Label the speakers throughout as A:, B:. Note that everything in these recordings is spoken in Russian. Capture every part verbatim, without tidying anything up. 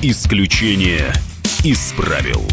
A: Исключение из правил.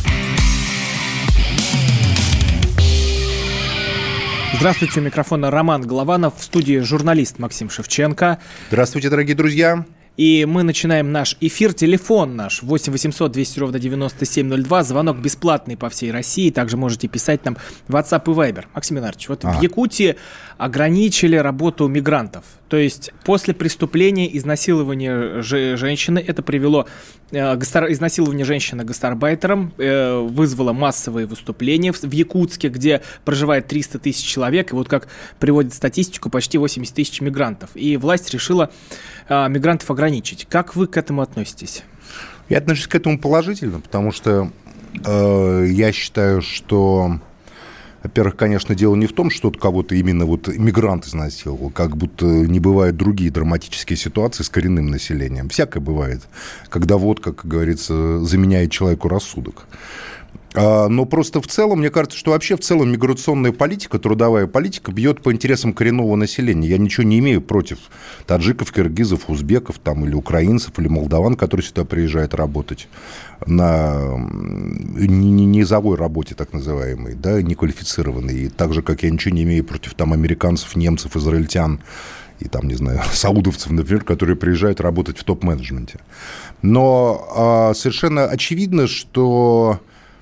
B: Здравствуйте, у микрофона Роман Голованов, в студии журналист Максим Шевченко.
C: Здравствуйте, дорогие друзья.
B: И мы начинаем наш эфир. Телефон наш восемь восемьсот двести ровно девяносто семь ноль два. Звонок бесплатный по всей России. Также можете писать нам в WhatsApp и Viber. Максим Иванович, вот а. в Якутии ограничили работу мигрантов. То есть после преступления изнасилования ж- женщины, это привело э, гастар... изнасилование женщины гастарбайтером, э, вызвало массовые выступления в, в Якутске, где проживает триста тысяч человек. И вот как приводит статистику, почти восемьдесят тысяч мигрантов. И власть решила э, мигрантов ограничить. Как вы к этому относитесь?
C: Я отношусь к этому положительно, потому что э, я считаю, что... Во-первых, конечно, дело не в том, что кого-то именно вот мигрант изнасиловал, как будто не бывают другие драматические ситуации с коренным населением. Всякое бывает, когда водка, как говорится, заменяет человеку рассудок. Но просто в целом, мне кажется, что вообще в целом миграционная политика, трудовая политика бьет по интересам коренного населения. Я ничего не имею против таджиков, киргизов, узбеков там, или украинцев, или молдаван, которые сюда приезжают работать на низовой работе, так называемой, да, неквалифицированной. И так же, как я ничего не имею против там, американцев, немцев, израильтян и там, не знаю, саудовцев, например, которые приезжают работать в топ-менеджменте. Но а, совершенно очевидно, что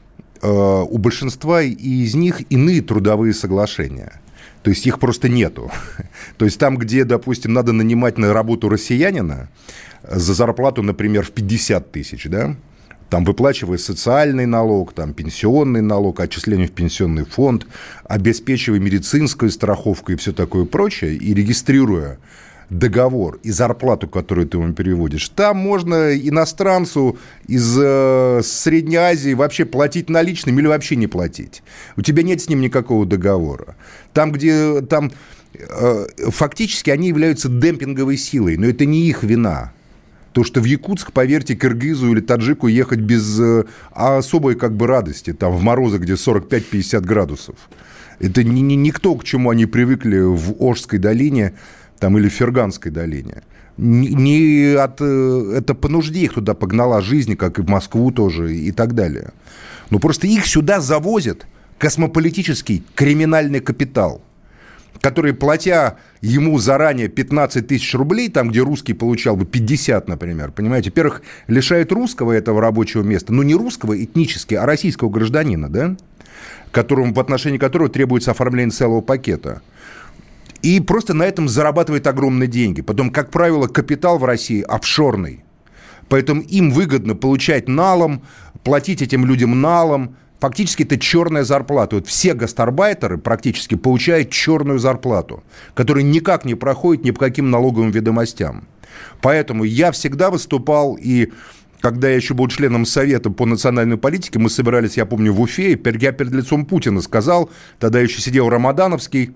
C: у большинства из них иные трудовые соглашения. То есть их просто нету. То есть там, где, допустим, надо нанимать на работу россиянина за зарплату, например, в пятьдесят тысяч, да, там выплачивая социальный налог, там пенсионный налог, отчисление в пенсионный фонд, обеспечивая медицинскую страховку и все такое прочее, и регистрируя договор и зарплату, которую ты ему переводишь, там можно иностранцу из э, Средней Азии вообще платить наличными или вообще не платить. У тебя нет с ним никакого договора. Там, где там, э, фактически они являются демпинговой силой, но это не их вина. То, что в Якутск, поверьте, киргизу или таджику ехать без э, особой как бы радости, там в морозы, где сорок пять - пятьдесят градусов. Это не, не, не то, к чему они привыкли в Ошской долине, там, или в Ферганской долине. Не, не от, это по нужде их туда погнала жизнь, как и в Москву тоже, и так далее. Но просто их сюда завозят космополитический криминальный капитал, который, платя ему заранее пятнадцать тысяч рублей, там, где русский получал бы пятьдесят, например, понимаете, во-первых, лишает русского этого рабочего места, ну, не русского этнически, а российского гражданина, да, которому, в отношении которого требуется оформление целого пакета. И просто на этом зарабатывает огромные деньги. Потом, как правило, капитал в России офшорный. Поэтому им выгодно получать налом, платить этим людям налом. Фактически это черная зарплата. Вот все гастарбайтеры практически получают черную зарплату, которая никак не проходит ни по каким налоговым ведомостям. Поэтому я всегда выступал и... Когда я еще был членом Совета по национальной политике, мы собирались, я помню, в Уфе, и я перед лицом Путина сказал, тогда еще сидел Рамадановский,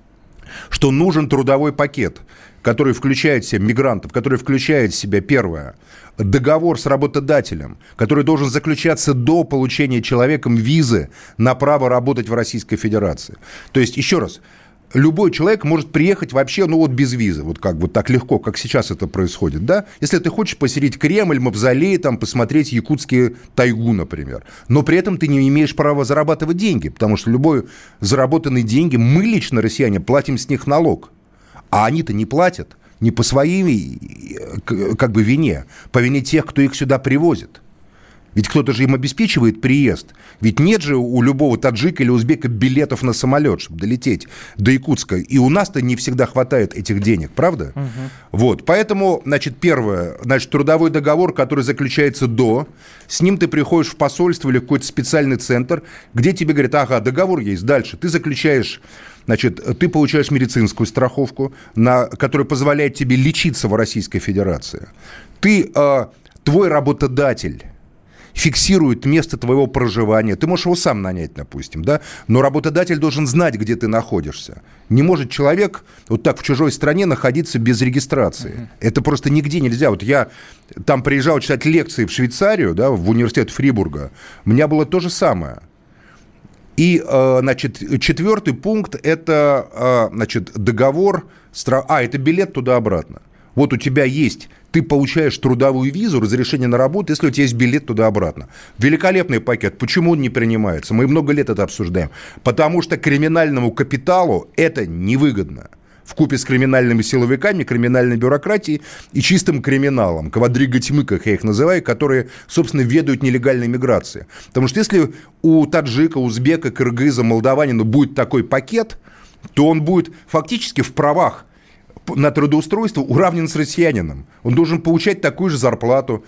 C: что нужен трудовой пакет, который включает в себя мигрантов, который включает в себя, первое, договор с работодателем, который должен заключаться до получения человеком визы на право работать в Российской Федерации. То есть, еще раз, любой человек может приехать вообще, ну вот без визы, вот как бы так легко, как сейчас это происходит, да? Если ты хочешь посетить Кремль, Мавзолей, там, посмотреть якутские тайгу, например, но при этом ты не имеешь права зарабатывать деньги, потому что любой заработанные деньги, мы лично, россияне, платим с них налог, а они-то не платят не по своей, как бы, вине, по вине тех, кто их сюда привозит. Ведь кто-то же им обеспечивает приезд. Ведь нет же у любого таджика или узбека билетов на самолет, чтобы долететь до Якутска. И у нас-то не всегда хватает этих денег, правда? Угу. Вот, поэтому, значит, первое, значит, трудовой договор, который заключается до, с ним ты приходишь в посольство или в какой-то специальный центр, где тебе говорят, ага, договор есть, дальше. Ты заключаешь, значит, ты получаешь медицинскую страховку, на, которая позволяет тебе лечиться в Российской Федерации. Ты, э, твой работодатель фиксирует место твоего проживания. Ты можешь его сам нанять, допустим, да? Но работодатель должен знать, где ты находишься. Не может человек вот так в чужой стране находиться без регистрации. Uh-huh. Это просто нигде нельзя. Вот я там приезжал читать лекции в Швейцарию, да, в университет Фрибурга. У меня было то же самое. И, значит, четвертый пункт – это, значит, договор... А, это билет туда-обратно. Вот у тебя есть, ты получаешь трудовую визу, разрешение на работу, если у тебя есть билет туда-обратно. Великолепный пакет. Почему он не принимается? Мы много лет это обсуждаем. Потому что криминальному капиталу это невыгодно. Вкупе с криминальными силовиками, криминальной бюрократией и чистым криминалом, квадриго тьмы, как я их называю, которые, собственно, ведают нелегальной миграцией. Потому что если у таджика, узбека, кыргыза, молдаванина будет такой пакет, то он будет фактически в правах на трудоустройство уравнен с россиянином. Он должен получать такую же зарплату,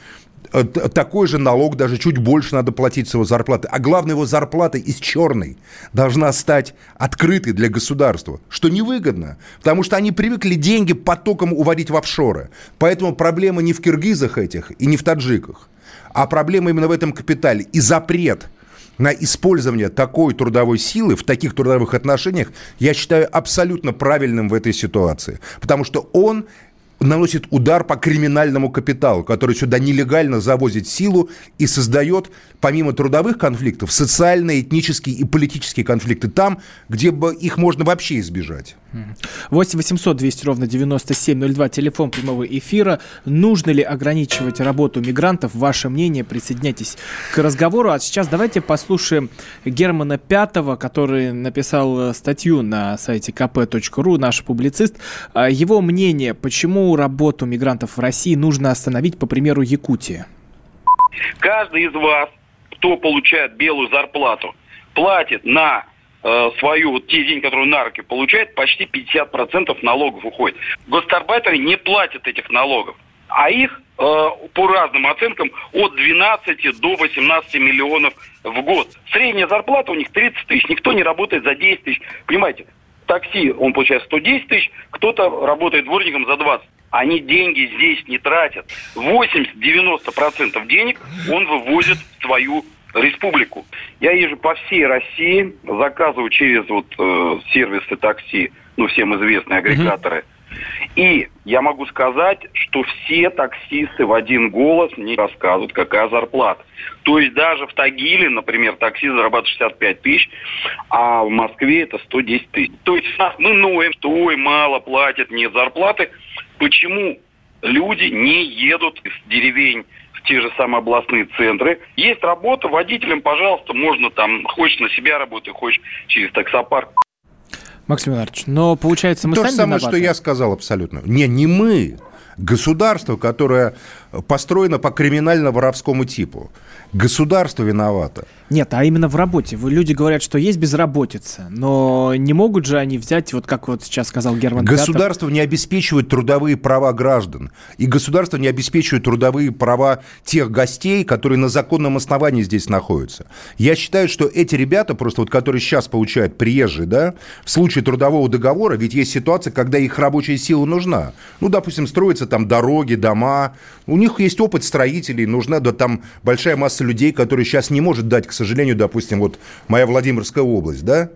C: такой же налог, даже чуть больше надо платить с его зарплаты. А главное, его зарплата из черной должна стать открытой для государства, что невыгодно, потому что они привыкли деньги потоком уводить в офшоры. Поэтому проблема не в киргизах этих и не в таджиках, а проблема именно в этом капитале. И запрет на использование такой трудовой силы в таких трудовых отношениях я считаю абсолютно правильным в этой ситуации. Потому что он наносит удар по криминальному капиталу, который сюда нелегально завозит силу и создает, помимо трудовых конфликтов, социальные, этнические и политические конфликты там, где бы их можно вообще избежать.
B: восемь восемьсот двести ровно девяносто семь ноль два, телефон прямого эфира. Нужно ли ограничивать работу мигрантов? Ваше мнение, присоединяйтесь к разговору. А сейчас давайте послушаем Германа Пятого, который написал статью на сайте ка пэ точка ру, наш публицист. Его мнение, почему работу мигрантов в России нужно остановить, по примеру Якутии.
D: Каждый из вас, кто получает белую зарплату, платит на э, свою, вот те деньги, которые на руки получает, почти пятьдесят процентов налогов уходит. Гастарбайтеры не платят этих налогов, а их э, по разным оценкам от двенадцати до восемнадцати миллионов в год. Средняя зарплата у них тридцать тысяч, никто не работает за десять тысяч. Понимаете, такси он получает сто десять тысяч, кто-то работает дворником за двадцать. Они деньги здесь не тратят. восемьдесят-девяносто процентов денег он вывозит в свою республику. Я езжу по всей России, заказываю через вот э, сервисы такси, ну, всем известные агрегаторы. Mm-hmm. И я могу сказать, что все таксисты в один голос мне рассказывают, какая зарплата. То есть даже в Тагиле, например, такси зарабатывает шестьдесят пять тысяч, а в Москве это сто десять тысяч. То есть мы ноем, что ой, мало платят, нет зарплаты. Почему люди не едут из деревень в те же самые областные центры? Есть работа, водителям, пожалуйста, можно там, хочешь на себя работать, хочешь через таксопарк.
B: Максим Леонардович, но получается мы
C: То
B: сами
C: же самое,
B: виноваты.
C: что я сказал абсолютно. Не, не мы. Государство, которое построено по криминально-воровскому типу. Государство виновато.
B: Нет, а именно в работе. Люди говорят, что есть безработица, но не могут же они взять, вот как вот сейчас сказал Герман Пятов.
C: Государство не обеспечивает трудовые права граждан. И государство не обеспечивает трудовые права тех гостей, которые на законном основании здесь находятся. Я считаю, что эти ребята, просто вот которые сейчас получают приезжие, да, в случае трудового договора, ведь есть ситуация, когда их рабочая сила нужна. Ну, допустим, строятся там дороги, дома. У них есть опыт строителей, нужна да, там большая масса людей, которые сейчас не может дать, к сожалению, допустим, вот моя Владимирская область, да,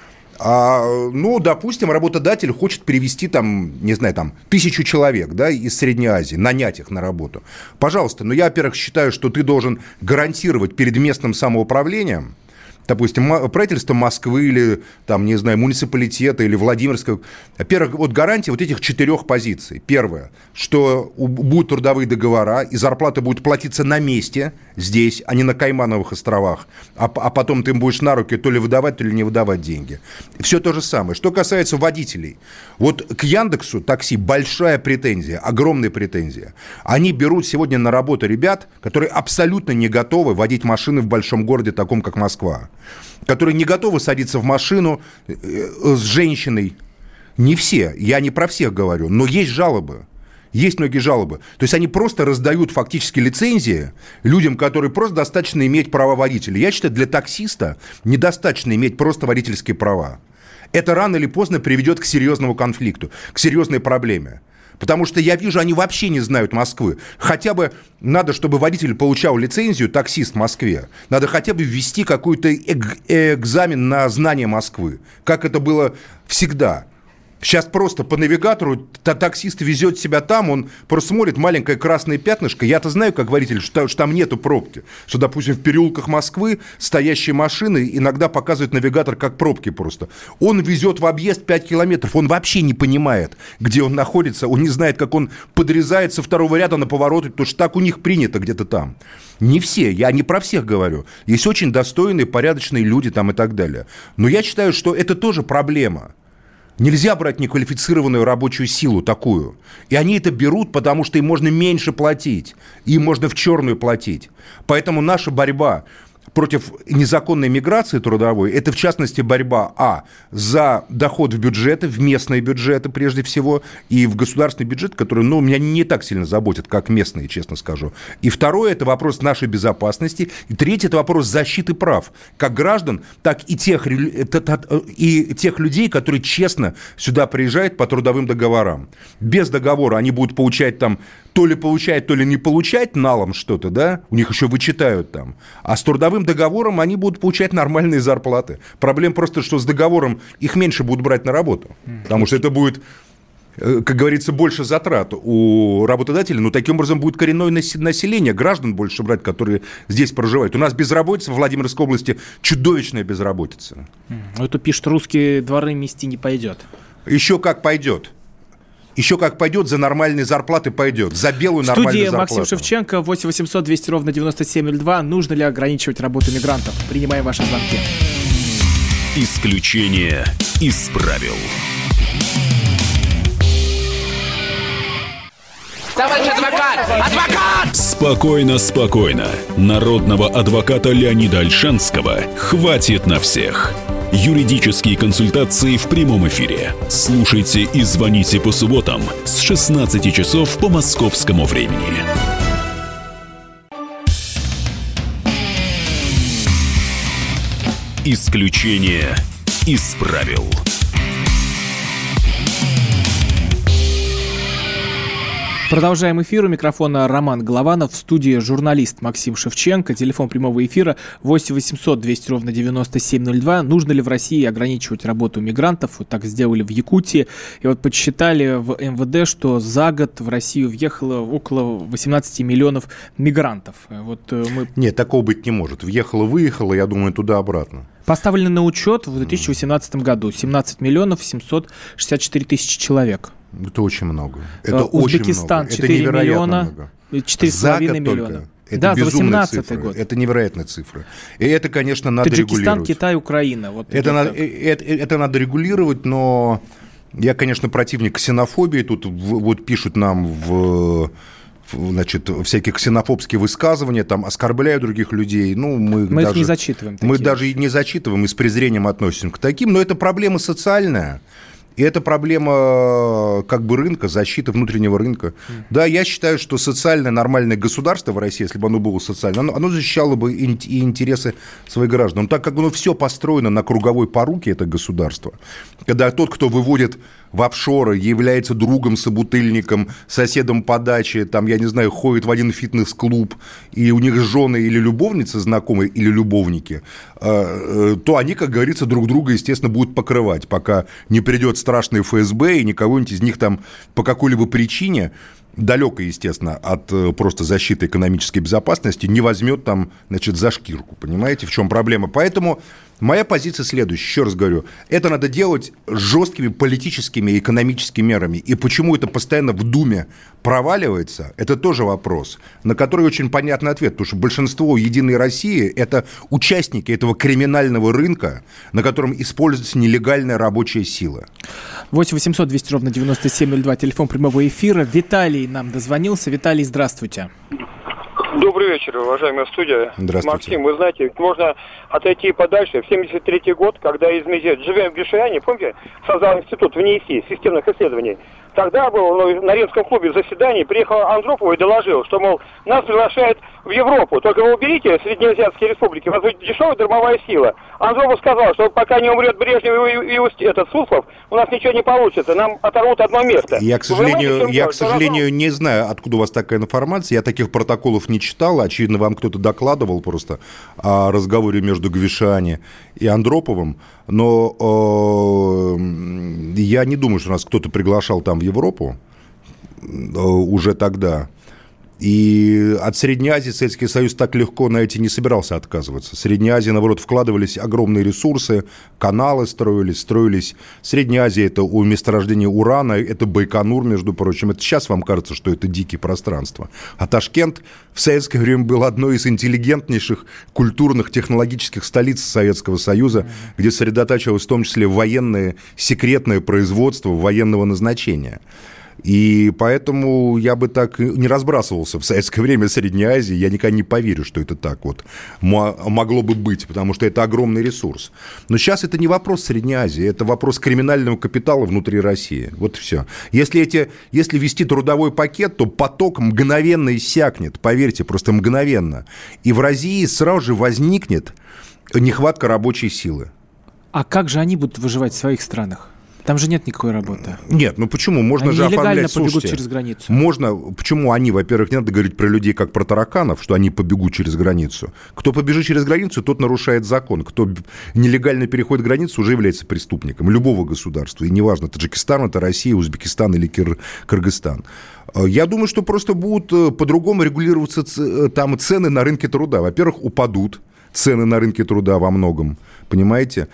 C: а, ну, допустим, работодатель хочет привести там, не знаю, там, тысячу человек, да, из Средней Азии, нанять их на работу. Пожалуйста, но я, во-первых, считаю, что ты должен гарантировать перед местным самоуправлением, допустим, правительство Москвы или, там, не знаю, муниципалитета или Владимирского. Во-первых, вот гарантия вот этих четырех позиций. Первое, что будут трудовые договора, и зарплата будет платиться на месте здесь, а не на Каймановых островах, а, а потом ты им будешь на руки то ли выдавать, то ли не выдавать деньги. Все то же самое. Что касается водителей. Вот к Яндексу такси большая претензия, огромная претензия. Они берут сегодня на работу ребят, которые абсолютно не готовы водить машины в большом городе, таком как Москва, которые не готовы садиться в машину с женщиной. Не все, я не про всех говорю, но есть жалобы. Есть многие жалобы. То есть они просто раздают фактически лицензии людям, которые просто достаточно иметь права водителя. Я считаю, для таксиста недостаточно иметь просто водительские права. Это рано или поздно приведет к серьезному конфликту, к серьезной проблеме. Потому что я вижу, они вообще не знают Москвы. Хотя бы надо, чтобы водитель получал лицензию, таксист в Москве. Надо хотя бы ввести какой-то эг- экзамен на знание Москвы. Как это было всегда. Сейчас просто по навигатору таксист везет себя там, он просто смотрит, маленькое красное пятнышко. Я-то знаю, как водитель, что, что там нету пробки. Что, допустим, в переулках Москвы стоящие машины иногда показывают навигатор как пробки просто. Он везет в объезд пять километров, он вообще не понимает, где он находится, он не знает, как он подрезает со второго ряда на повороты, потому что так у них принято где-то там. Не все, я не про всех говорю. Есть очень достойные, порядочные люди там и так далее. Но я считаю, что это тоже проблема. Нельзя брать неквалифицированную рабочую силу такую. И они это берут, потому что им можно меньше платить. Им можно в черную платить. Поэтому наша борьба против незаконной миграции трудовой, это в частности борьба, а, за доход в бюджеты, в местные бюджеты прежде всего, и в государственный бюджет, который, ну, меня не так сильно заботит, как местные, честно скажу. И второе, это вопрос нашей безопасности. И третье, это вопрос защиты прав, как граждан, так и тех, и тех людей, которые честно сюда приезжают по трудовым договорам. Без договора они будут получать там, то ли получать, то ли не получать налом что-то, да, у них еще вычитают там, а с трудовым договором они будут получать нормальные зарплаты. Проблема просто, что с договором их меньше будут брать на работу, потому что это будет, как говорится, больше затрат у работодателя, но таким образом будет коренное население, граждан больше брать, которые здесь проживают. У нас безработица в Владимирской области, чудовищная безработица.
B: Это пишут, русские дворы мести не пойдет.
C: Еще как пойдет. Еще как пойдет, за нормальные зарплаты пойдет. За белую нормальную зарплату.
B: В студии Максим Шевченко, восемь восемьсот двести ровно девяносто семь ноль два. Нужно ли ограничивать работу мигрантов? Принимаем ваши звонки.
A: Исключение из правил.
E: Товарищ адвокат! Адвокат!
A: Спокойно, спокойно. Народного адвоката Леонида Ольшанского хватит на всех. Юридические консультации в прямом эфире. Слушайте и звоните по субботам с шестнадцати часов по московскому времени. Исключение из правил.
B: Продолжаем эфир. У микрофона Роман Голованов. В студии журналист Максим Шевченко. Телефон прямого эфира восемь восемьсот двести ровно девяносто семь ноль два. Нужно ли в России ограничивать работу мигрантов? Вот так сделали в Якутии. И вот подсчитали в эм вэ дэ, что за год в Россию въехало около восемнадцать миллионов мигрантов. Вот мы...
C: Нет, такого быть не может. Въехало-выехало, я думаю, туда-обратно.
B: Поставлены на учет в две тысячи восемнадцатом году семнадцать миллионов семьсот шестьдесят четыре тысячи человек.
C: Это очень много. Это
B: Узбекистан
C: очень много.
B: четыре миллиона, четыре с половиной миллиона.
C: Это
B: да, за
C: восемнадцатый
B: цифры. Год.
C: Это невероятная цифра. И это, конечно, надо
B: Таджикистан,
C: регулировать.
B: Китай, Украина. Вот
C: это, надо, это, это надо регулировать, но я, конечно, противник ксенофобии. Тут вот пишут нам в... значит, всякие ксенофобские высказывания, там, оскорбляют других людей. Ну, мы
B: мы
C: даже,
B: их не зачитываем.
C: Мы
B: такие.
C: даже и не зачитываем, и с презрением относимся к таким. Но это проблема социальная. И это проблема как бы рынка, защиты внутреннего рынка. Mm. Да, я считаю, что социальное нормальное государство в России, если бы оно было социальное, оно, оно защищало бы и интересы своих граждан. Но так как оно все построено на круговой поруке, это государство, когда тот, кто выводит в офшоры, является другом, собутыльником, соседом по даче, там, я не знаю, ходит в один фитнес-клуб, и у них жены или любовницы знакомые, или любовники, то они, как говорится, друг друга, естественно, будут покрывать, пока не придет страшный эф эс бэ, и никого-нибудь из них там по какой-либо причине, далеко, естественно, от просто защиты экономической безопасности, не возьмет там, значит, за шкирку. Понимаете, в чем проблема? Поэтому моя позиция следующая. Еще раз говорю, это надо делать жесткими политическими и экономическими мерами. И почему это постоянно в Думе проваливается, это тоже вопрос, на который очень понятный ответ. Потому что большинство «Единой России» — это участники этого криминального рынка, на котором используется нелегальная рабочая сила.
B: восемь восемьсот двести ровно девяносто семь ноль два, телефон прямого эфира. Виталий нам дозвонился. Виталий, здравствуйте.
F: Добрый вечер, уважаемая студия.
C: Здравствуйте.
F: Максим, вы знаете, можно отойти подальше. В семьдесят третий год, когда из МИЗЕ «Живем в Гришаяне», помните, создал институт в НИИСИ, системных исследований. Тогда был ну, на Римском клубе заседание, приехал Андропов и доложил, что, мол, нас приглашают в Европу, только вы уберите среднеазиатские республики, у вас будет дешевая дармовая сила. Андропов сказал, что пока не умрет Брежнев и, и, и этот Суслов, у нас ничего не получится, нам оторвут одно место.
C: Я, к сожалению, я, к сожалению, не знаю, откуда у вас такая информация, я таких протоколов не читал, очевидно, вам кто-то докладывал просто о разговоре между Гвишани и Андроповым, но э, я не думаю, что нас кто-то приглашал там в Европу э, уже тогда. И от Средней Азии Советский Союз так легко, знаете, не собирался отказываться. В Средней Азии, наоборот, вкладывались огромные ресурсы, каналы строились, строились. Средняя Азия – это у месторождения урана, это Байконур, между прочим. Это сейчас вам кажется, что это дикие пространства. А Ташкент в советское время был одной из интеллигентнейших культурных, технологических столиц Советского Союза, где сосредотачивалось в том числе военное, секретное производство военного назначения. И поэтому я бы так не разбрасывался в советское время в Средней Азии. Я никогда не поверю, что это так вот могло бы быть, потому что это огромный ресурс. Но сейчас это не вопрос Средней Азии, это вопрос криминального капитала внутри России. Вот и все. Если, эти, если вести трудовой пакет, то поток мгновенно иссякнет, поверьте, просто мгновенно. И в России сразу же возникнет нехватка рабочей силы.
B: А как же они будут выживать в своих странах? Там же нет никакой работы.
C: Нет, ну почему? Можно
B: они
C: же
B: оформлять...
C: оформлять...
B: побегут
C: Слушайте,
B: через границу.
C: Можно... Почему они, во-первых, не надо говорить про людей, как про тараканов, что они побегут через границу. Кто побежит через границу, тот нарушает закон. Кто нелегально переходит границу, уже является преступником любого государства. И неважно, Таджикистан, это Россия, Узбекистан или Кир... Кыргызстан. Я думаю, что просто будут по-другому регулироваться там цены на рынке труда. Во-первых, упадут цены на рынке труда во многом, понимаете?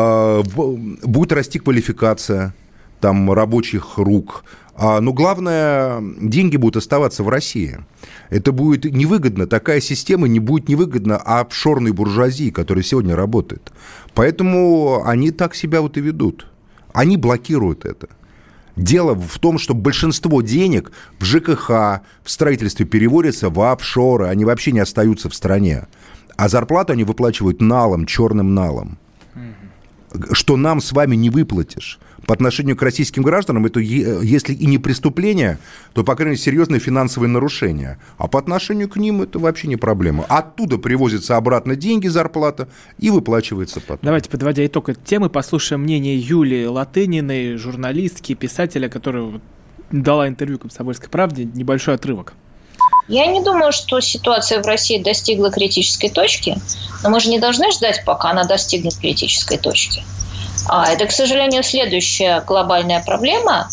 C: Будет расти квалификация там, рабочих рук. Но главное, деньги будут оставаться в России. Это будет невыгодно, такая система не будет невыгодна офшорной буржуазии, которая сегодня работает. Поэтому они так себя вот и ведут. Они блокируют это. Дело в том, что большинство денег в ЖКХ, в строительстве переводятся в офшоры, они вообще не остаются в стране. А зарплату они выплачивают налом, черным налом. Mm-hmm. Что нам с вами не выплатишь. По отношению к российским гражданам, это если и не преступление, то, по крайней мере, серьезные финансовые нарушения. А по отношению к ним это вообще не проблема. Оттуда привозятся обратно деньги, зарплата, и выплачивается потом.
B: Давайте, подводя итог этой темы, послушаем мнение Юлии Латыниной, журналистки, писателя, которая дала интервью «Комсомольской правде». Небольшой отрывок.
G: Я не думаю, что ситуация в России достигла критической точки, но мы же не должны ждать, пока она достигнет критической точки. А это, к сожалению, следующая глобальная проблема.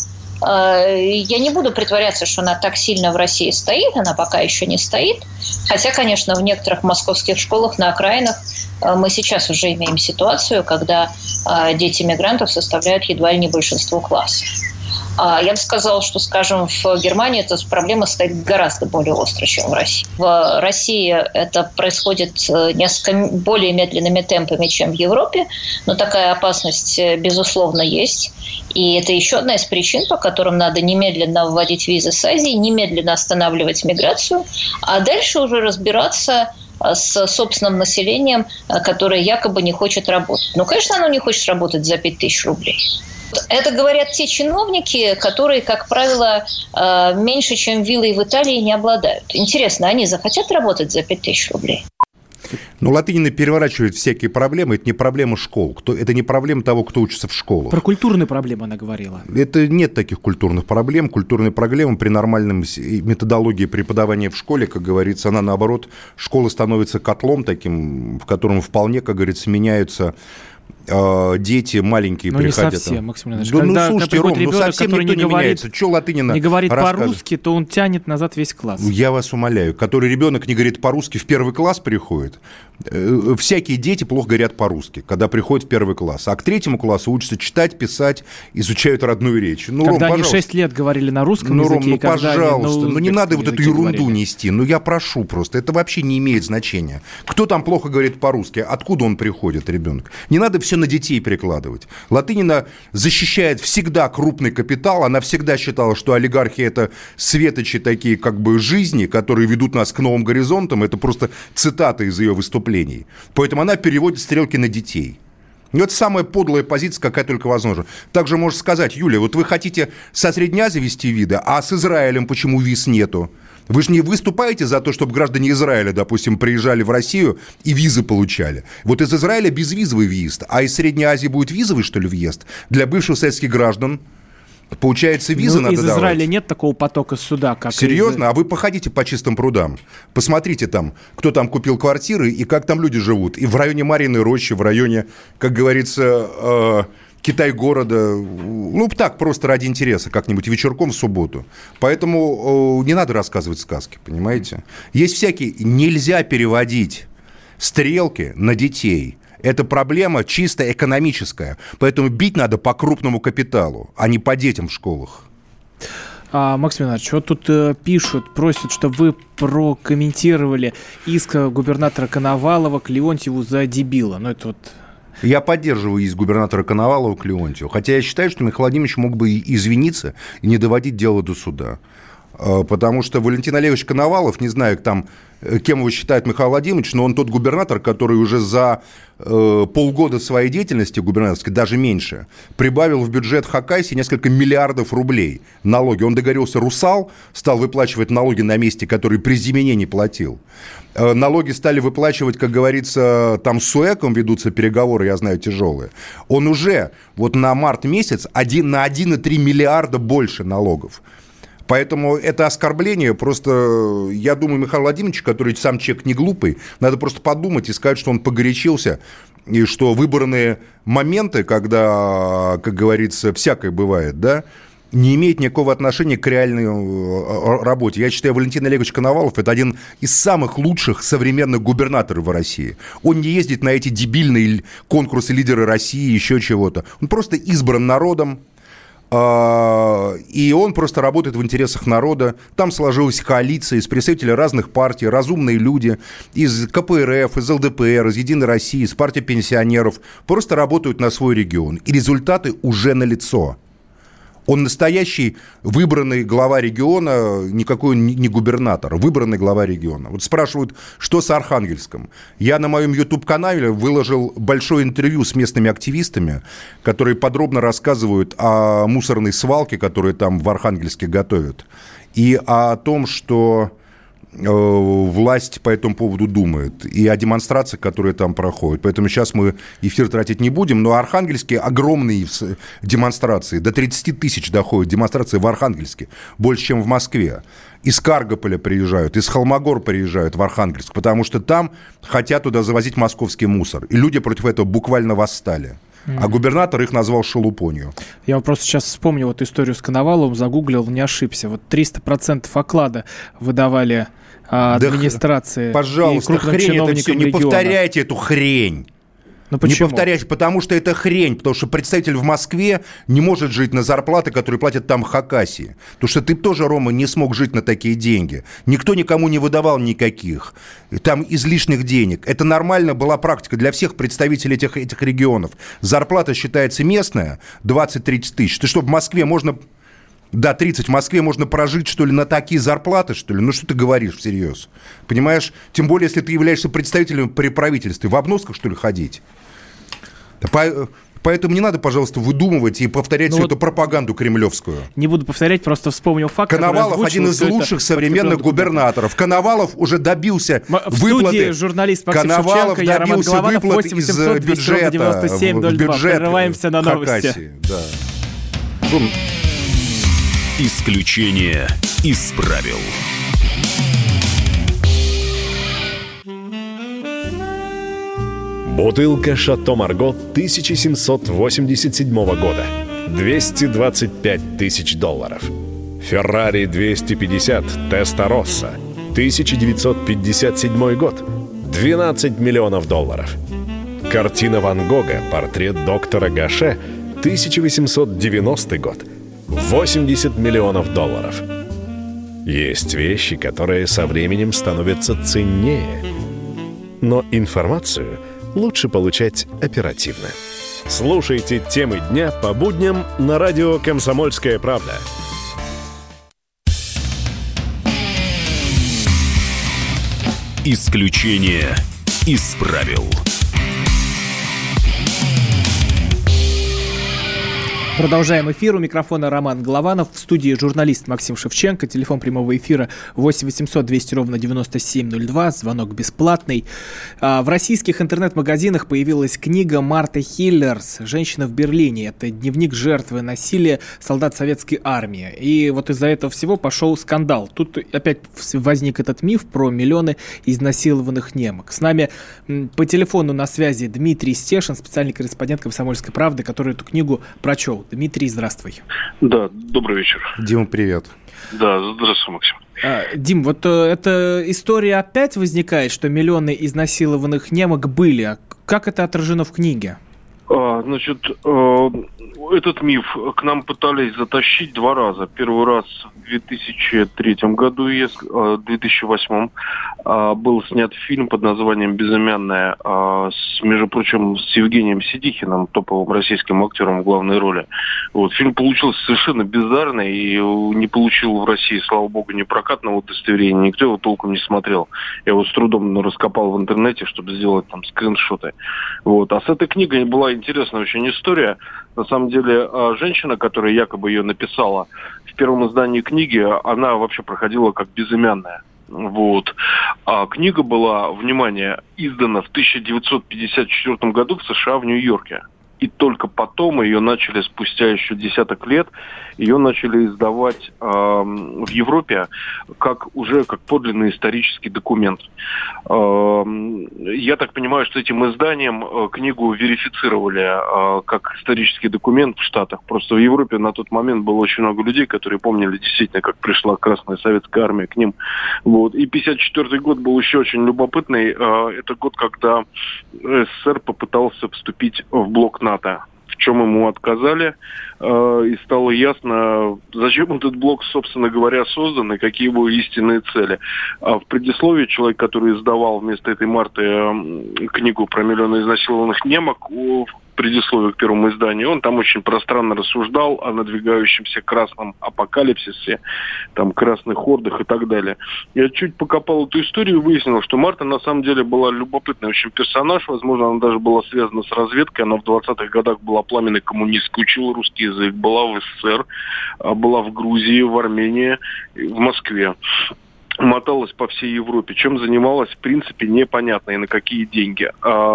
G: Я не буду притворяться, что она так сильно в России стоит, она пока еще не стоит. Хотя, конечно, в некоторых московских школах на окраинах мы сейчас уже имеем ситуацию, когда дети мигрантов составляют едва ли не большинство класса. Я бы сказала, что, скажем, в Германии эта проблема стоит гораздо более остро, чем в России. В России это происходит несколько более медленными темпами, чем в Европе, но такая опасность, безусловно, есть. И это еще одна из причин, по которым надо немедленно вводить визы с Азии, немедленно останавливать миграцию, а дальше уже разбираться с собственным населением, которое якобы не хочет работать. Ну, конечно, оно не хочет работать за пять тысяч рублей. Это говорят те чиновники, которые, как правило, меньше, чем виллой в Италии, не обладают. Интересно, они захотят работать за пять тысяч рублей?
C: Ну, Латынина переворачивает всякие проблемы. Это не проблема школ. Кто, это не проблема того, кто учится в школах.
B: Про культурные проблемы она говорила.
C: Это нет таких культурных проблем. Культурные проблемы при нормальном методологии преподавания в школе, как говорится, она, наоборот, школа становится котлом таким, в котором вполне, как говорится, меняются... дети маленькие
B: ну,
C: приходят.
B: Не совсем, Максим Леонидович.
C: Да,
B: когда,
C: ну, слушайте,
B: когда
C: Ром, ну совсем никто не, не говорит, меняется. Что Латынина
B: не говорит по-русски, то он тянет назад весь класс.
C: Я вас умоляю. Который ребенок не говорит по-русски, в первый класс приходит. Всякие дети плохо говорят по-русски, когда приходят в первый класс. А к третьему классу учатся читать, писать, изучают родную речь. Ну,
B: когда
C: Ром,
B: они шесть лет говорили на русском
C: ну,
B: языке.
C: Ром, ну, пожалуйста,
B: они, ну,
C: ну не надо вот эту ерунду
B: говорили.
C: нести. Ну, я прошу просто. Это вообще не имеет значения. Кто там плохо говорит по-русски? Откуда он приходит, ребенок? Не надо все на детей перекладывать. Латынина защищает всегда крупный капитал. Она всегда считала, что олигархи – это светочи такие как бы жизни, которые ведут нас к новым горизонтам. Это просто цитаты из ее выступлений. Поэтому она переводит стрелки на детей. Ну, это самая подлая позиция, какая только возможна. Также можно сказать, Юля, вот вы хотите со Средней Азией вести виды, а с Израилем почему виз нету? Вы же не выступаете за то, чтобы граждане Израиля, допустим, приезжали в Россию и визы получали. Вот из Израиля безвизовый въезд, а из Средней Азии будет визовый, что ли, въезд? Для бывших советских граждан, получается, визы
B: ну,
C: надо
B: из
C: давать.
B: Из Израиля нет такого потока сюда, как
C: Серьезно?
B: из...
C: А вы походите по чистым прудам. Посмотрите там, кто там купил квартиры и как там люди живут. И в районе Марьиной Рощи, в районе, как говорится... Э- Китай-города, ну, так, просто ради интереса, как-нибудь вечерком в субботу. Поэтому э, не надо рассказывать сказки, понимаете? Есть всякие... Нельзя переводить стрелки на детей. Это проблема чисто экономическая. Поэтому бить надо по крупному капиталу, а не по детям в школах.
B: А, Максим Иванович, вот тут э, пишут, просят, чтобы вы прокомментировали иск губернатора Коновалова к Леонтьеву за дебила. Ну, это вот...
C: Я поддерживаю из губернатора Коновалова к Леонтьеву. Хотя я считаю, что Михаил Владимирович мог бы извиниться и не доводить дело до суда. Потому что Валентин Олегович Коновалов, не знаю, там, кем его считает Михаил Владимирович, но он тот губернатор, который уже за э, полгода своей деятельности губернаторской, даже меньше, прибавил в бюджет Хакасии несколько миллиардов рублей налоги. Он договорился «Русал», стал выплачивать налоги на месте, которые при Зимине не платил. Э, налоги стали выплачивать, как говорится, там с СУЭКом ведутся переговоры, я знаю, тяжелые. Он уже вот на март месяц один, на один целых три миллиарда больше налогов. Поэтому это оскорбление просто, я думаю, Михаил Владимирович, который сам человек не глупый, надо просто подумать и сказать, что он погорячился, и что выбранные моменты, когда, как говорится, всякое бывает, да, не имеет никакого отношения к реальной работе. Я считаю, Валентин Олегович Коновалов – это один из самых лучших современных губернаторов в России. Он не ездит на эти дебильные конкурсы «Лидеры России», еще чего-то. Он просто избран народом. И он просто работает в интересах народа. Там сложилась коалиция из представителей разных партий, разумные люди из ка пэ эр эф, из эл дэ пэ эр, из «Единой России», из партии пенсионеров. Просто работают на свой регион. И результаты уже налицо. Он настоящий выбранный глава региона, никакой не губернатор, выбранный глава региона. Вот спрашивают, что с Архангельском. Я на моем YouTube-канале выложил большое интервью с местными активистами, которые подробно рассказывают о мусорной свалке, которую там в Архангельске готовят, и о том, что власть по этому поводу думает, и о демонстрациях, которые там проходят. Поэтому сейчас мы эфир тратить не будем, но Архангельские огромные демонстрации, до тридцать тысяч доходят демонстрации в Архангельске, больше, чем в Москве. Из Каргополя приезжают, из Холмогор приезжают в Архангельск, потому что там хотят туда завозить московский мусор. И люди против этого буквально восстали. А губернатор их назвал шелупонью.
B: Я просто сейчас вспомнил вот историю с Коноваловым, загуглил, не ошибся. Вот триста процентов оклада выдавали а, администрации.
C: Да, пожалуйста, хрень это все, не региона. Повторяйте эту хрень.
B: Ну, почему?
C: Не повторяйте, потому что это хрень, потому что представитель в Москве не может жить на зарплаты, которые платят там в Хакасии. Потому что ты тоже, Рома, не смог жить на такие деньги. Никто никому не выдавал никаких. Там излишних денег. Это нормально была практика для всех представителей этих, этих регионов. Зарплата считается местная, двадцать-тридцать тысяч. Ты что, в Москве можно... Да, тридцать. В Москве можно прожить, что ли, на такие зарплаты, что ли? Ну, что ты говоришь всерьез? Понимаешь? Тем более, если ты являешься представителем при правительстве. В обносках, что ли, ходить? По... Поэтому не надо, пожалуйста, выдумывать и повторять ну всю вот эту пропаганду кремлевскую.
B: Не буду повторять, просто вспомнил факт.
C: Коновалов один из лучших современных губернаторов. Коновалов уже добился
B: в
C: выплаты.
B: Студии журналист Максим
C: Коновалов
B: Шевченко, я Роман
C: добился выплат из бюджета в бюджет
B: Прерываемся на новости.
C: Хакасии. Да.
A: Исключение из правил.
H: Бутылка «Шато Марго» тысяча семьсот восемьдесят седьмого года. двести двадцать пять тысяч долларов. «Феррари двести пятьдесят» «Теста-Росса» тысяча девятьсот пятьдесят седьмой год. двенадцать миллионов долларов. Картина Ван Гога «Портрет доктора Гаше» тысяча восемьсот девяностый год. восемьдесят миллионов долларов. Есть вещи, которые со временем становятся ценнее. Но информацию лучше получать оперативно. Слушайте темы дня по будням на радио «Комсомольская правда».
A: Исключение из правил. правил.
B: Продолжаем эфир. У микрофона Роман Голованов. В студии журналист Максим Шевченко. Телефон прямого эфира восемь восемьсот двести ровно девяносто семь ноль два. Звонок бесплатный. В российских интернет-магазинах появилась книга Марты Хиллерс «Женщина в Берлине». Это дневник жертвы насилия солдат советской армии. И вот из-за этого всего пошел скандал. Тут опять возник этот миф про миллионы изнасилованных немок. С нами по телефону на связи Дмитрий Стешин, специальный корреспондент «Комсомольской правды», который эту книгу прочел. Дмитрий, здравствуй.
I: Да, добрый вечер.
C: Дима, привет.
I: Да, здравствуй, Максим.
B: А, Дим, вот э, эта история опять возникает, что миллионы изнасилованных немок были. А как это отражено в книге?
I: А, значит, э, этот миф к нам пытались затащить два раза. Первый раз в две тысячи третьем году, в две тысячи восьмом был снят фильм под названием «Безымянная», с, между прочим, с Евгением Сидихиным, топовым российским актером в главной роли. Вот, фильм получился совершенно бездарный и не получил в России, слава богу, ни прокатного удостоверения, никто его толком не смотрел. Я его с трудом раскопал в интернете, чтобы сделать там скриншоты. Вот. А с этой книгой была интересная очень история. На самом деле, женщина, которая якобы ее написала, в первом издании книги, она вообще проходила как безымянная. Вот. А книга была, внимание, издана в тысяча девятьсот пятьдесят четвёртом году в США, в Нью-Йорке. И только потом ее начали, спустя еще десяток лет, ее начали издавать э, в Европе как уже как подлинный исторический документ. Э, я так понимаю, что этим изданием э, книгу верифицировали э, как исторический документ в Штатах. Просто в Европе на тот момент было очень много людей, которые помнили действительно, как пришла Красная Советская Армия к ним. Вот. И пятьдесят четвёртый год был еще очень любопытный. Э, это год, когда СССР попытался вступить в блок НАТО, в чем ему отказали, э, и стало ясно, зачем этот блок, собственно говоря, создан и какие его истинные цели. А в предисловии человек, который издавал вместо этой Марты э, книгу про миллионы изнасилованных немок, в предисловии к первому изданию, он там очень пространно рассуждал о надвигающемся красном апокалипсисе, там, красных хордах и так далее. Я чуть покопал эту историю и выяснил, что Марта на самом деле была любопытный очень персонаж, возможно, она даже была связана с разведкой, она в двадцатых годах была пламенной коммунисткой, учила русский язык, была в СССР, была в Грузии, в Армении, в Москве. Моталась по всей Европе. Чем занималась, в принципе, непонятно и на какие деньги.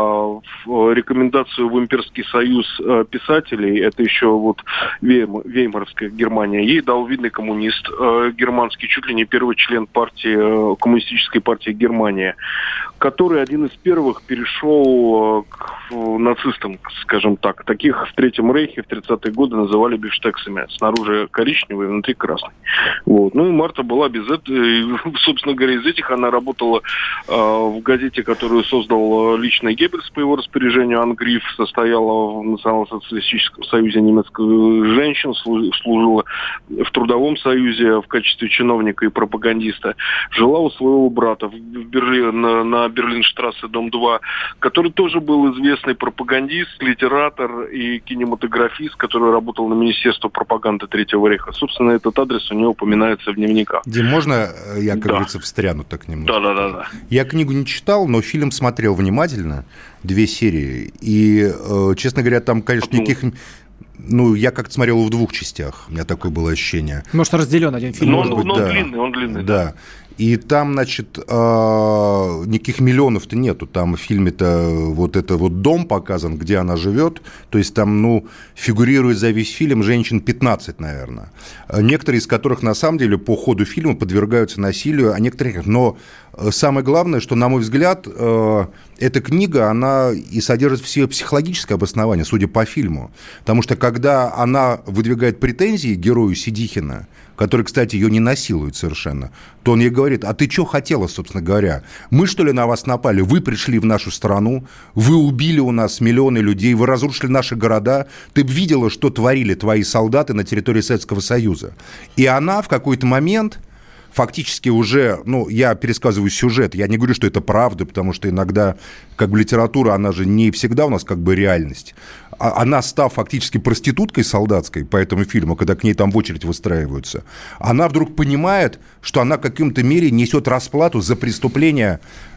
I: А в рекомендацию в Имперский союз писателей, это еще вот Веймаровская Германия, ей дал видный коммунист германский, чуть ли не первый член партии, коммунистической партии Германии, который один из первых перешел к нацистам, скажем так. Таких в Третьем Рейхе в тридцатые годы называли бифштексами. Снаружи коричневый, внутри красный. Вот. Ну и Марта была без этого. Собственно говоря, из этих она работала э, в газете, которую создал лично Геббельс по его распоряжению. Ангриф, состояла в Национал-социалистическом союзе немецких женщин, служила в Трудовом союзе в качестве чиновника и пропагандиста. Жила у своего брата в Берлине, на, на Берлинштрассе, дом два, который тоже был известный пропагандист, литератор и кинематографист, который работал на Министерство пропаганды Третьего Рейха. Собственно, этот адрес у него упоминается в дневниках.
C: Дим, можно я, как
I: да. говорится,
C: встряну так немного?
I: Да, да, да, да.
C: Я книгу не читал, но фильм смотрел внимательно, две серии. И, э, честно говоря, там, конечно, Одну. никаких... Ну, я как-то смотрел его в двух частях. У меня такое было ощущение.
B: Может, разделен один фильм.
I: Но,
C: Может
I: он,
C: быть,
I: но
C: да.
I: он длинный, он длинный.
C: Да. да. И там, значит, э, никаких миллионов-то нету. Там в фильме-то вот это вот дом показан, где она живет. То есть там, ну, фигурирует за весь фильм женщин пятнадцать, наверное. Некоторые из которых, на самом деле, по ходу фильма подвергаются насилию, а некоторые... Но самое главное, что, на мой взгляд, э, эта книга, она и содержит все психологическое обоснование, судя по фильму. Потому что, когда она выдвигает претензии герою Сидихина, который, кстати, ее не насилует совершенно, то он ей говорит: а ты что хотела, собственно говоря? Мы, что ли, на вас напали? Вы пришли в нашу страну, вы убили у нас миллионы людей, вы разрушили наши города, ты бы видела, что творили твои солдаты на территории Советского Союза. И она в какой-то момент... Фактически уже, ну, я пересказываю сюжет, я не говорю, что это правда, потому что иногда, как бы, литература, она же не всегда у нас, как бы, реальность. А она, став фактически проституткой солдатской по этому фильму, когда к ней там в очередь выстраиваются, она вдруг понимает, что она в каком-то мере несет расплату за преступления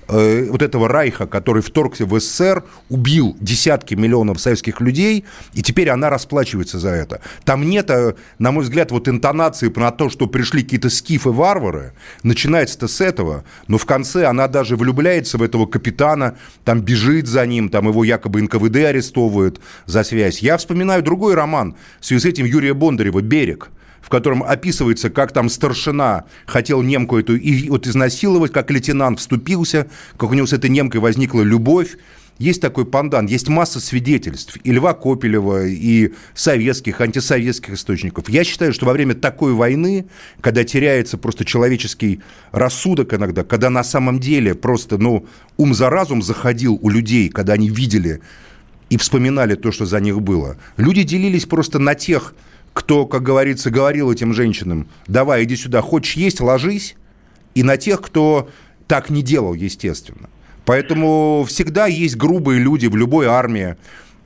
C: э, вот этого Райха, который вторгся в СССР, убил десятки миллионов советских людей, и теперь она расплачивается за это. Там нет, на мой взгляд, вот интонации про то, что пришли какие-то скифы-варвары. Начинается-то с этого, но в конце она даже влюбляется в этого капитана, там бежит за ним, там его якобы эн ка вэ дэ арестовывают за связь. Я вспоминаю другой роман в связи с этим Юрия Бондарева «Берег», в котором описывается, как там старшина хотел немку эту и, вот, изнасиловать, как лейтенант вступился, как у него с этой немкой возникла любовь. Есть такой пандан, есть масса свидетельств и Льва Копелева, и советских, антисоветских источников. Я считаю, что во время такой войны, когда теряется просто человеческий рассудок иногда, когда на самом деле просто, ну, ум за разум заходил у людей, когда они видели и вспоминали то, что за них было, люди делились просто на тех, кто, как говорится, говорил этим женщинам: давай, иди сюда, хочешь есть, ложись, и на тех, кто так не делал, естественно. Поэтому всегда есть грубые люди в любой армии,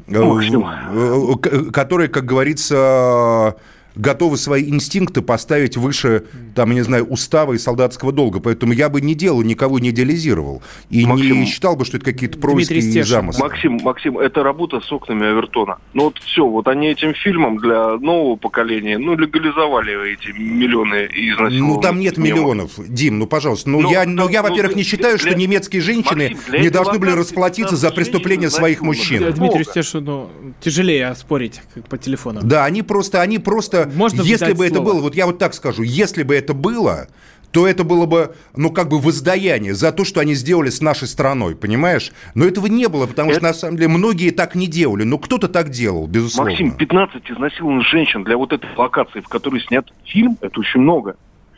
C: Ох, которые, как говорится, готовы свои инстинкты поставить выше, там, я не знаю, устава и солдатского долга. Поэтому я бы не делал, никого не идеализировал. И Максим, не считал бы, что это какие-то происки замыслы.
I: Максим, Максим, это работа с окнами Авертона. Ну вот все, вот они этим фильмом для нового поколения, ну, легализовали эти миллионы изнасилованных.
C: Ну, там нет миллионов, Дим, ну, пожалуйста. Ну, ну я, ну, я, во-первых, не считаю, для... что немецкие женщины Максим, не должны были расплатиться за преступления своих мужчин.
B: Дмитрий Стешину тяжелее спорить по телефону.
C: Да, они просто, они просто... Можно если бы слово. Это было, вот я вот так скажу, если бы это было, то это было бы, ну, как бы воздаяние за то, что они сделали с нашей страной, понимаешь? Но этого не было, потому это... что, на самом деле, многие так не делали, но кто-то так делал, безусловно.
I: Максим, пятнадцать изнасилованных женщин для вот этой локации, в которой снят фильм, это очень много.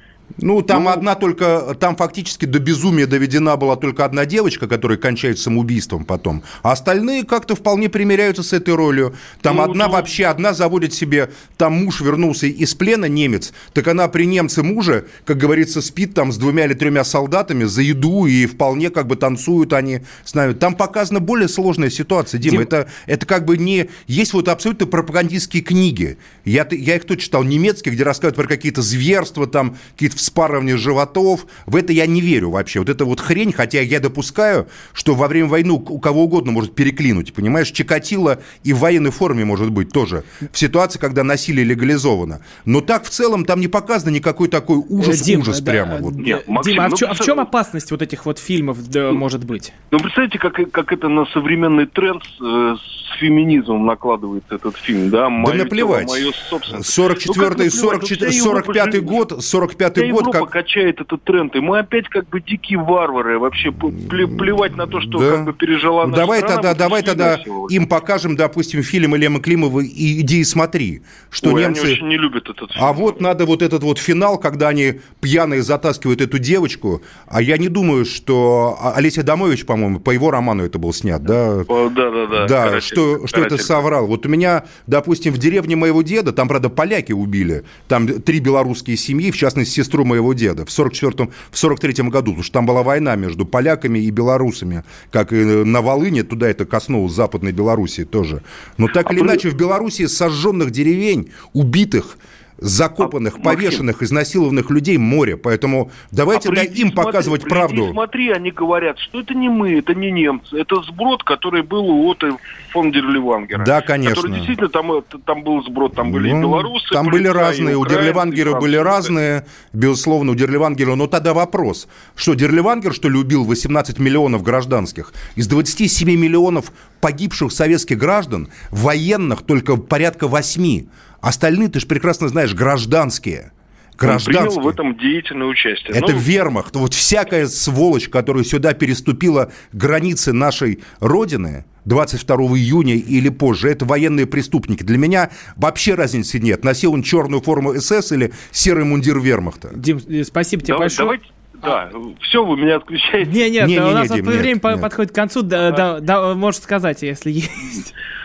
C: Ну, там ну, одна только, там фактически до безумия доведена была только одна девочка, которая кончает самоубийством потом, а остальные как-то вполне примиряются с этой ролью. Там ну, одна ну... вообще, одна заводит себе, там муж вернулся из плена, немец, так она при немце мужа, как говорится, спит там с двумя или тремя солдатами за еду, и вполне как бы танцуют они с нами. Там показана более сложная ситуация, Дима, Дим... это, это как бы не... Есть вот абсолютно пропагандистские книги, я, я их тут читал, немецкие, где рассказывают про какие-то зверства, там, какие-то вспарывание животов. В это я не верю вообще. Вот это вот хрень, хотя я допускаю, что во время войны у кого угодно может переклинуть, понимаешь? Чикатило и в военной форме может быть тоже. В ситуации, когда насилие легализовано. Но так в целом там не показано никакой такой ужас,
B: Дим,
C: ужас
B: да,
C: прямо.
B: Да,
C: вот.
B: Нет, Максим, Дима, а, ну, в чё, а в чем опасность вот этих вот фильмов да, может быть?
I: Ну, представьте, как, как это на современный тренд с, с феминизмом накладывается этот фильм, да?
C: Да наплевать. сорок четвёртый, сорок пятый год, сорок пятый год,
I: Европа как... качает этот тренд, и мы опять как бы дикие варвары, вообще плевать на то, что да. как бы пережила наша
C: давай
I: страна.
C: Тогда, давай тогда им покажем, допустим, фильм Илья Климова и «Иди и смотри», что
I: Ой,
C: немцы...
I: они очень не любят этот фильм.
C: А вот надо вот этот вот финал, когда они пьяные затаскивают эту девочку, а я не думаю, что... Олеся Домович, по-моему, по его роману это был снят, да?
I: Да-да-да.
C: Да, Каратель. что, что это соврал. Вот у меня, допустим, в деревне моего деда, там, правда, поляки убили, там три белорусские семьи, в частности, сестру моего деда, в сорок четвёртом, в сорок третьем году, потому что там была война между поляками и белорусами, как и на Волыне, туда это коснулось Западной Белоруссии тоже. Но так а или при... иначе, в Белоруссии сожженных деревень, убитых, закопанных, а, повешенных, Максим, изнасилованных людей море. Поэтому давайте а да, им смотри, показывать приди, правду.
I: Смотри, они говорят, что это не мы, это не немцы, это сброд, который был у Отто фон дер Ливангера.
C: Да, конечно.
I: Который действительно, там, там был сброд, там были ну, и белорусы.
C: Там были разные, у дер Ливангера были разные, безусловно, у дер Ливангера. Но тогда вопрос, что дер Ливангер, что ли, убил восемнадцать миллионов гражданских? Из двадцати семи миллионов погибших советских граждан, военных только порядка восьми. Остальные, ты же прекрасно знаешь, гражданские. Гражданские.
I: Он принял в этом деятельное участие.
C: Это
I: ну...
C: вермахт. Вот всякая сволочь, которая сюда переступила границы нашей Родины двадцать второго июня или позже, это военные преступники. Для меня вообще разницы нет. Носил он черную форму эс эс или серый мундир вермахта.
B: Дим, спасибо тебе
I: Давай,
B: большое.
I: Давайте... Да, а... все, вы меня отключаете.
B: Не, нет,
C: не,
B: у
C: не,
B: нас
C: не, Дим,
B: время
C: нет,
B: подходит нет. к концу. Да, да, да, можешь сказать, если есть.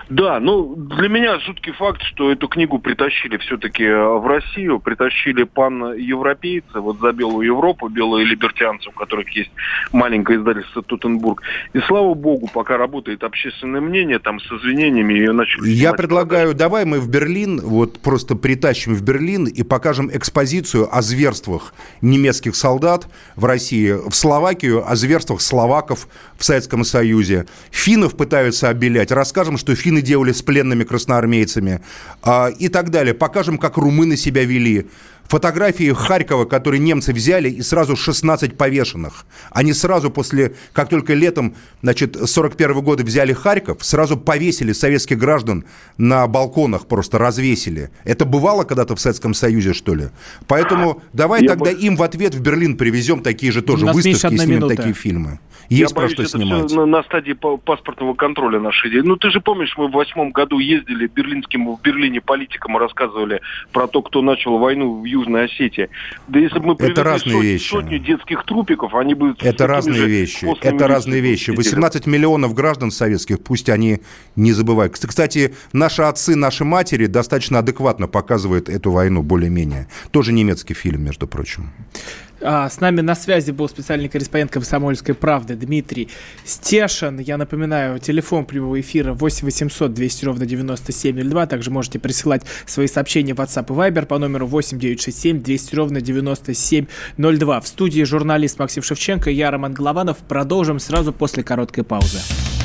I: Да, ну, для меня жуткий факт, что эту книгу притащили все-таки в Россию, притащили пан-европейцы, вот за Белую Европу, белые либертианцы, у которых есть маленькое издательство «Тутенбург». И слава богу, пока работает общественное мнение, там, с извинениями ее начали...
C: Я предлагаю, продажи. Давай мы в Берлин, вот просто притащим в Берлин и покажем экспозицию о зверствах немецких солдат в России, в Словакию, о зверствах словаков в Советском Союзе. Финнов пытаются обелять, расскажем, что финны делали с пленными красноармейцами а, и так далее. Покажем, как румыны себя вели. Фотографии Харькова, которые немцы взяли, и сразу шестнадцать повешенных. Они сразу после, как только летом, значит, сорок первого года взяли Харьков, сразу повесили советских граждан на балконах, просто развесили. Это бывало когда-то в Советском Союзе, что ли? Поэтому давай Я тогда бы... им в ответ в Берлин привезем такие же тоже выставки и снимем минута. Такие фильмы. Есть
I: Я
C: про
I: боюсь,
C: что
I: это
C: снимать.
I: Все на, на стадии паспортного контроля нашей идеи. Ну, ты же помнишь, мы в восьмом году ездили берлинским, в Берлине политикам и рассказывали про то, кто начал войну в Южной Осетии. Да если бы мы привезли сот, сотню детских трупиков, они бы...
C: Это разные вещи. Это разные вещи. восемнадцать миллионов граждан советских, пусть они не забывают. Кстати, наши отцы, наши матери достаточно адекватно показывают эту войну, более-менее. Тоже немецкий фильм, между прочим.
B: А, с нами на связи был специальный корреспондент «Комсомольской правды» Дмитрий Стешин. Я напоминаю, телефон прямого эфира восемь восемьсот двести ровно девяносто семь ноль два. Также можете присылать свои сообщения в WhatsApp и Viber по номеру восемь девятьсот шестьдесят семь двести ровно девяносто семь ноль два. В студии журналист Максим Шевченко, я Роман Голованов. Продолжим сразу после короткой паузы.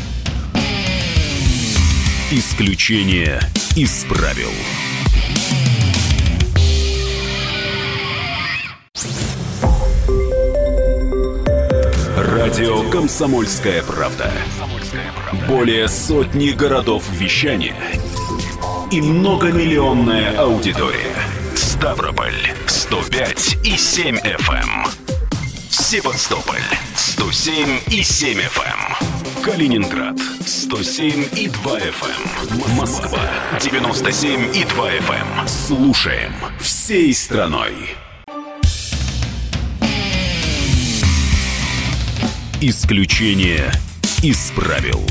A: Исключение из правил. Радио «Комсомольская правда». Более сотни городов вещания и многомиллионная аудитория. Ставрополь сто пять и семь эф эм. Севастополь сто семь и семь эф эм. Калининград сто семь и два эф эм. Москва девяносто семь и два эф эм. Слушаем всей страной. Исключение из правил.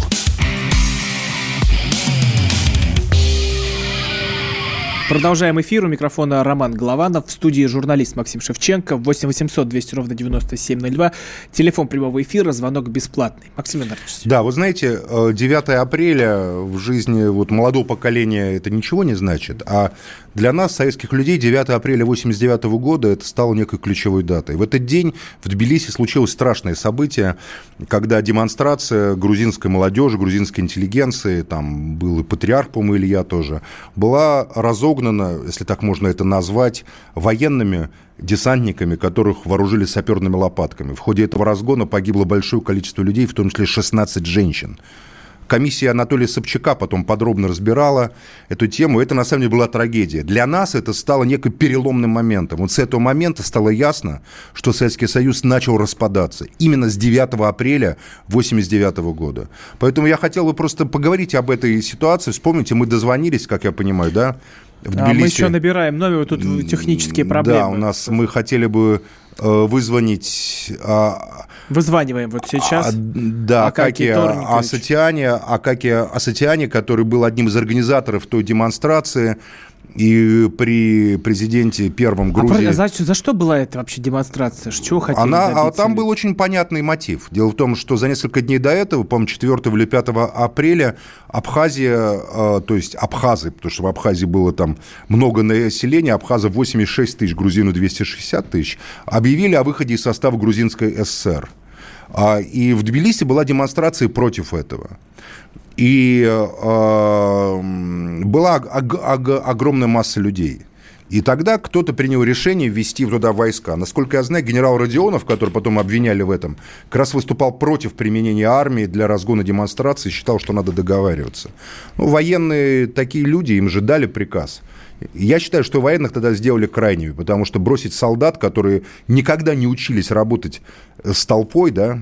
B: Продолжаем эфир. У микрофона Роман Голованов. В студии журналист Максим Шевченко. восемь восемьсот двести ровно девяносто семь ноль два. Телефон прямого эфира. Звонок бесплатный. Максим Иванович.
C: Да, вы знаете, девятое апреля в жизни вот молодого поколения это ничего не значит. А для нас, советских людей, девятое апреля восемьдесят девятого года это стало некой ключевой датой. В этот день в Тбилиси случилось страшное событие, когда демонстрация грузинской молодежи, грузинской интеллигенции, там был и патриарх, по-моему, Илья тоже, была разогнана, если так можно это назвать, военными десантниками, которых вооружили саперными лопатками. В ходе этого разгона погибло большое количество людей, в том числе шестнадцать женщин. Комиссия Анатолия Собчака потом подробно разбирала эту тему. Это, на самом деле, была трагедия. Для нас это стало неким переломным моментом. Вот с этого момента стало ясно, что Советский Союз начал распадаться. Именно с девятого апреля восемьдесят девятого года. Поэтому я хотел бы просто поговорить об этой ситуации. Вспомните, мы дозвонились, как я понимаю, да? В
B: а мы еще набираем номер, тут технические проблемы.
C: Да, у нас мы хотели бы э, вызвонить... Э,
B: Вызваниваем вот сейчас.
C: А, да, Акаки Асатиане, Акаки Асатиане, который был одним из организаторов той демонстрации. И при президенте первом Грузии...
B: А за, за что была эта вообще демонстрация? Чего хотели
C: Она,
B: добиться?
C: А там был очень понятный мотив. Дело в том, что за несколько дней до этого, по-моему, четвёртого или пятого апреля, Абхазия, э, то есть абхазы, потому что в Абхазии было там много населения, абхазов восемьдесят шесть тысяч, грузину двести шестьдесят тысяч, объявили о выходе из состава Грузинской ССР. А, и в Тбилиси была демонстрация против этого. И э, была ог- ог- огромная масса людей. И тогда кто-то принял решение ввести туда войска. Насколько я знаю, генерал Родионов, который потом обвиняли в этом, как раз выступал против применения армии для разгона демонстраций, считал, что надо договариваться. Ну, военные такие люди, им же дали приказ. Я считаю, что военных тогда сделали крайними, потому что бросить солдат, которые никогда не учились работать с толпой, да,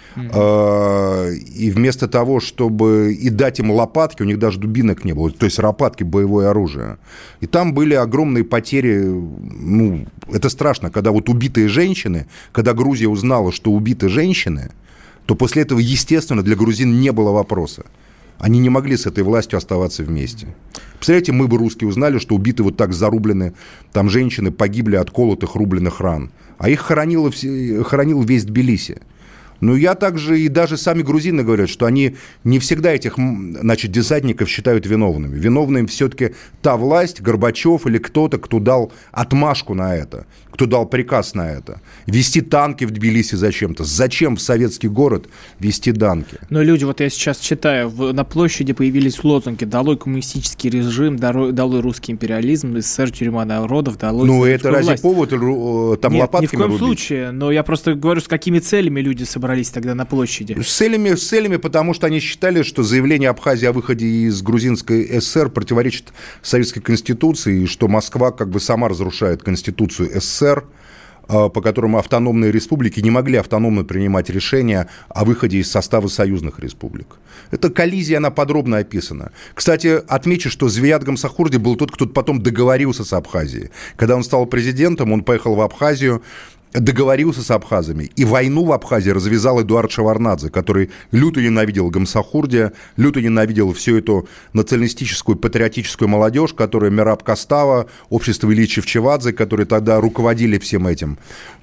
C: Mm-hmm. И вместо того, чтобы и дать им лопатки, у них даже дубинок не было, то есть лопатки, боевое оружие. И там были огромные потери, ну, это страшно, когда вот убитые женщины, когда Грузия узнала, что убиты женщины, то после этого, естественно, для грузин не было вопроса. Они не могли с этой властью оставаться вместе. Представляете, мы бы, русские, узнали, что убиты вот так зарублены, там женщины погибли от колотых, рубленных ран. А их хоронило, хоронил весь Тбилиси. Но я также, и даже сами грузины говорят, что они не всегда этих, значит, десантников считают виновными. Виновным все-таки та власть, Горбачев или кто-то, кто дал отмашку на это, кто дал приказ на это. Вести танки в Тбилиси зачем-то. Зачем в советский город вести танки?
B: Но люди, вот я сейчас читаю, в, на площади появились лозунги «Долой коммунистический режим», «Долой, долой русский империализм», «СССР, тюрьма народов», «Долой
C: Ну, это разве
B: власть».
C: повод там
B: Нет,
C: лопатками
B: ни в коем
C: рубить?
B: случае, но я просто говорю, с какими целями люди собрались тогда на площади.
C: С целями, с целями, потому что они считали, что заявление Абхазии о выходе из грузинской ССР противоречит Советской Конституции, и что Москва как бы сама разрушает Конституцию СССР, по которому автономные республики не могли автономно принимать решения о выходе из состава союзных республик. Эта коллизия, она подробно описана. Кстати, отмечу, что Зият Гамсахурди был тот, кто потом договорился с Абхазией. Когда он стал президентом, он поехал в Абхазию, договорился с абхазами, и войну в Абхазии развязал Эдуард Шеварднадзе, который люто ненавидел Гамсахурди, люто ненавидел всю эту националистическую, патриотическую молодежь, которая Мераб Костава, общество Ильи Чевчевадзе, которые тогда руководили всем этим.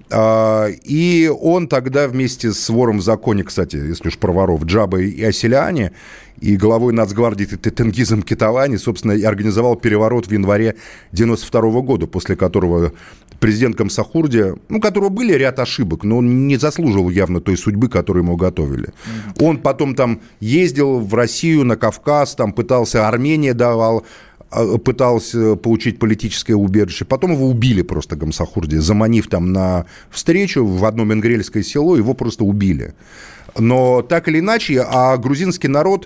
C: И он тогда вместе с вором в законе, кстати, если уж про воров, Джабой и Аселяне, и главой нацгвардии Тенгизом Кеталани, собственно, и организовал переворот в январе девяносто второго года, после которого президент Гамсахурди, ну, у которого были ряд ошибок, но он не заслуживал явно той судьбы, которую ему готовили. Mm-hmm. Он потом там ездил в Россию, на Кавказ, там пытался, Армения давал, пытался получить политическое убежище. Потом его убили просто, Гамсахурди, заманив там на встречу в одно менгрельское село, его просто убили. Но так или иначе, а грузинский народ,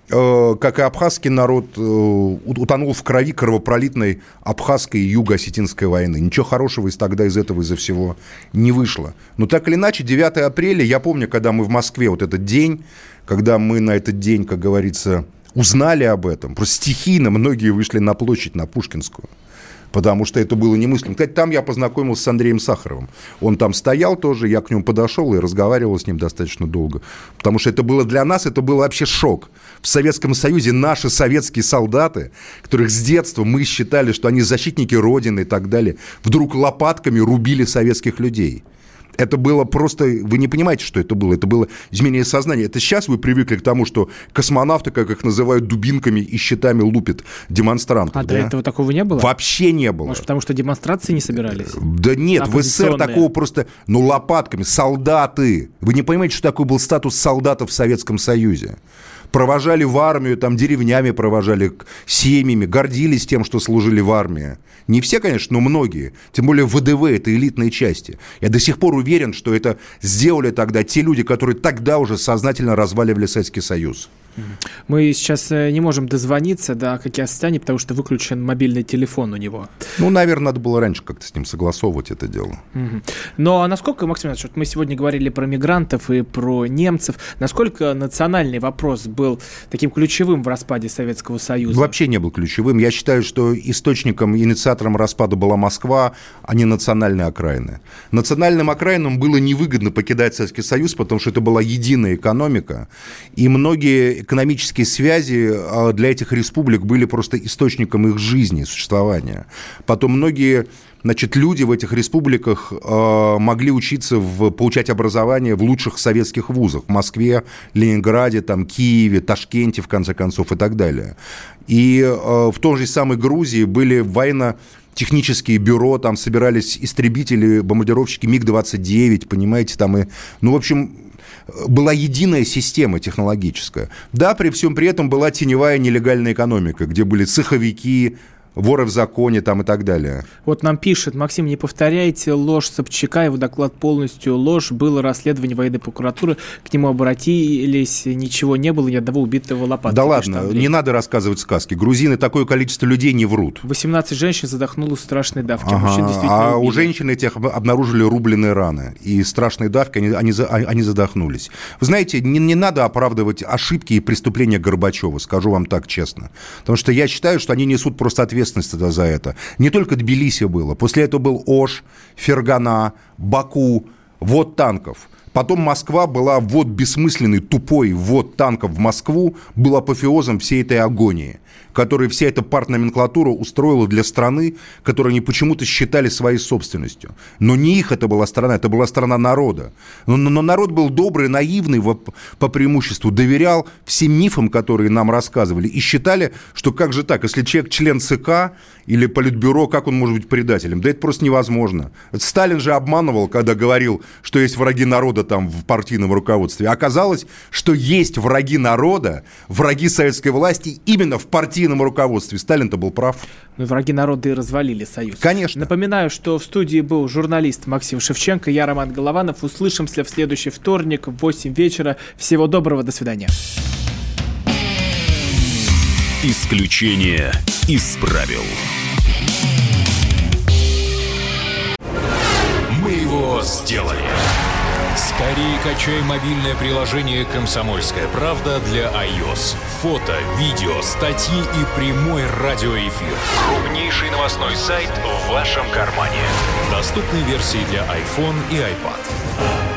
C: как и абхазский народ, утонул в крови кровопролитной абхазской и юго-осетинской войны. Ничего хорошего из тогда из этого, из-за всего не вышло. Но так или иначе, девятого апреля, я помню, когда мы в Москве, вот этот день, когда мы на этот день, как говорится, узнали об этом, просто стихийно многие вышли на площадь, на Пушкинскую. Потому что это было немыслимо. Кстати, там я познакомился с Андреем Сахаровым. Он там стоял тоже, я к нему подошел и разговаривал с ним достаточно долго. Потому что это было для нас, это был вообще шок. В Советском Союзе наши советские солдаты, которых с детства мы считали, что они защитники Родины и так далее, вдруг лопатками рубили советских людей. Это было просто... Вы не понимаете, что это было. Это было изменение сознания. Это сейчас вы привыкли к тому, что космонавты, как их называют, дубинками и щитами лупят демонстрантов.
B: А
C: да?
B: до этого такого не было?
C: Вообще не было.
B: Может, потому что демонстрации не собирались?
C: Да нет, в СССР такого просто... Ну, лопатками. Солдаты. Вы не понимаете, что такой был статус солдата в Советском Союзе? Провожали в армию, там деревнями провожали, семьями, гордились тем, что служили в армии. Не все, конечно, но многие. Тем более ВДВ – это элитные части. Я до сих пор уверен, что это сделали тогда те люди, которые тогда уже сознательно разваливали Советский Союз.
B: Мы сейчас не можем дозвониться до Хакиастани, потому что выключен мобильный телефон у него.
C: Ну, наверное, надо было раньше как-то с ним согласовывать это дело.
B: Угу. Но насколько, Максим Иванович, вот мы сегодня говорили про мигрантов и про немцев, насколько национальный вопрос был таким ключевым в распаде Советского Союза?
C: Вообще не был ключевым. Я считаю, что источником, инициатором распада была Москва, а не национальные окраины. Национальным окраинам было невыгодно покидать Советский Союз, потому что это была единая экономика, и многие экономические связи для этих республик были просто источником их жизни, существования. Потом многие, значит, люди в этих республиках э, могли учиться, в, получать образование в лучших советских вузах. В Москве, Ленинграде, там, Киеве, Ташкенте, в конце концов, и так далее. И э, в той же самой Грузии были военно-технические бюро, там собирались истребители, бомбардировщики МиГ двадцать девять, понимаете, там и... Ну, в общем... Была единая система технологическая. Да, при всем при этом была теневая нелегальная экономика, где были цеховики, воры в законе там и так далее.
B: Вот нам пишет: Максим, не повторяйте ложь Собчака, его доклад полностью ложь. Было расследование военной прокуратуры, к нему обратились, ничего не было, ни одного убитого лопатой.
C: Да ладно, не надо рассказывать сказки. Грузины такое количество людей не врут.
B: восемнадцать женщин задохнулось в страшной давке.
C: Ага,
B: Мужчин действительно
C: а
B: убили.
C: у женщин этих обнаружили рубленые раны. И страшной давки они, они, они задохнулись. Вы знаете, не, не надо оправдывать ошибки и преступления Горбачева, скажу вам так честно. Потому что я считаю, что они несут просто ответственность за это. Не только Тбилиси было. После этого был Ош, Фергана, Баку. Вот танков. Потом Москва была, ввод бессмысленный, тупой ввод танков в Москву был апофеозом всей этой агонии, которую вся эта партноменклатура устроила для страны, которую они почему-то считали своей собственностью. Но не их это была страна, это была страна народа. Но, но народ был добрый, наивный, по преимуществу доверял всем мифам, которые нам рассказывали, и считали, что как же так, если человек член ЦК или Политбюро, как он может быть предателем? Да это просто невозможно. Сталин же обманывал, когда говорил, что есть враги народа там в партийном руководстве. Оказалось, что есть враги народа, враги советской власти именно в партийном руководстве. Сталин-то был прав.
B: Ну, враги народа и развалили Союз.
C: Конечно.
B: Напоминаю, что в студии был журналист Максим Шевченко, я Роман Голованов. Услышимся в следующий вторник в восемь вечера. Всего доброго, до свидания.
A: Исключение из правил. Мы его сделали. Скорее качай мобильное приложение «Комсомольская правда» для iOS. Фото, видео, статьи и прямой радиоэфир. Крупнейший новостной сайт в вашем кармане. Доступны версии для iPhone и iPad.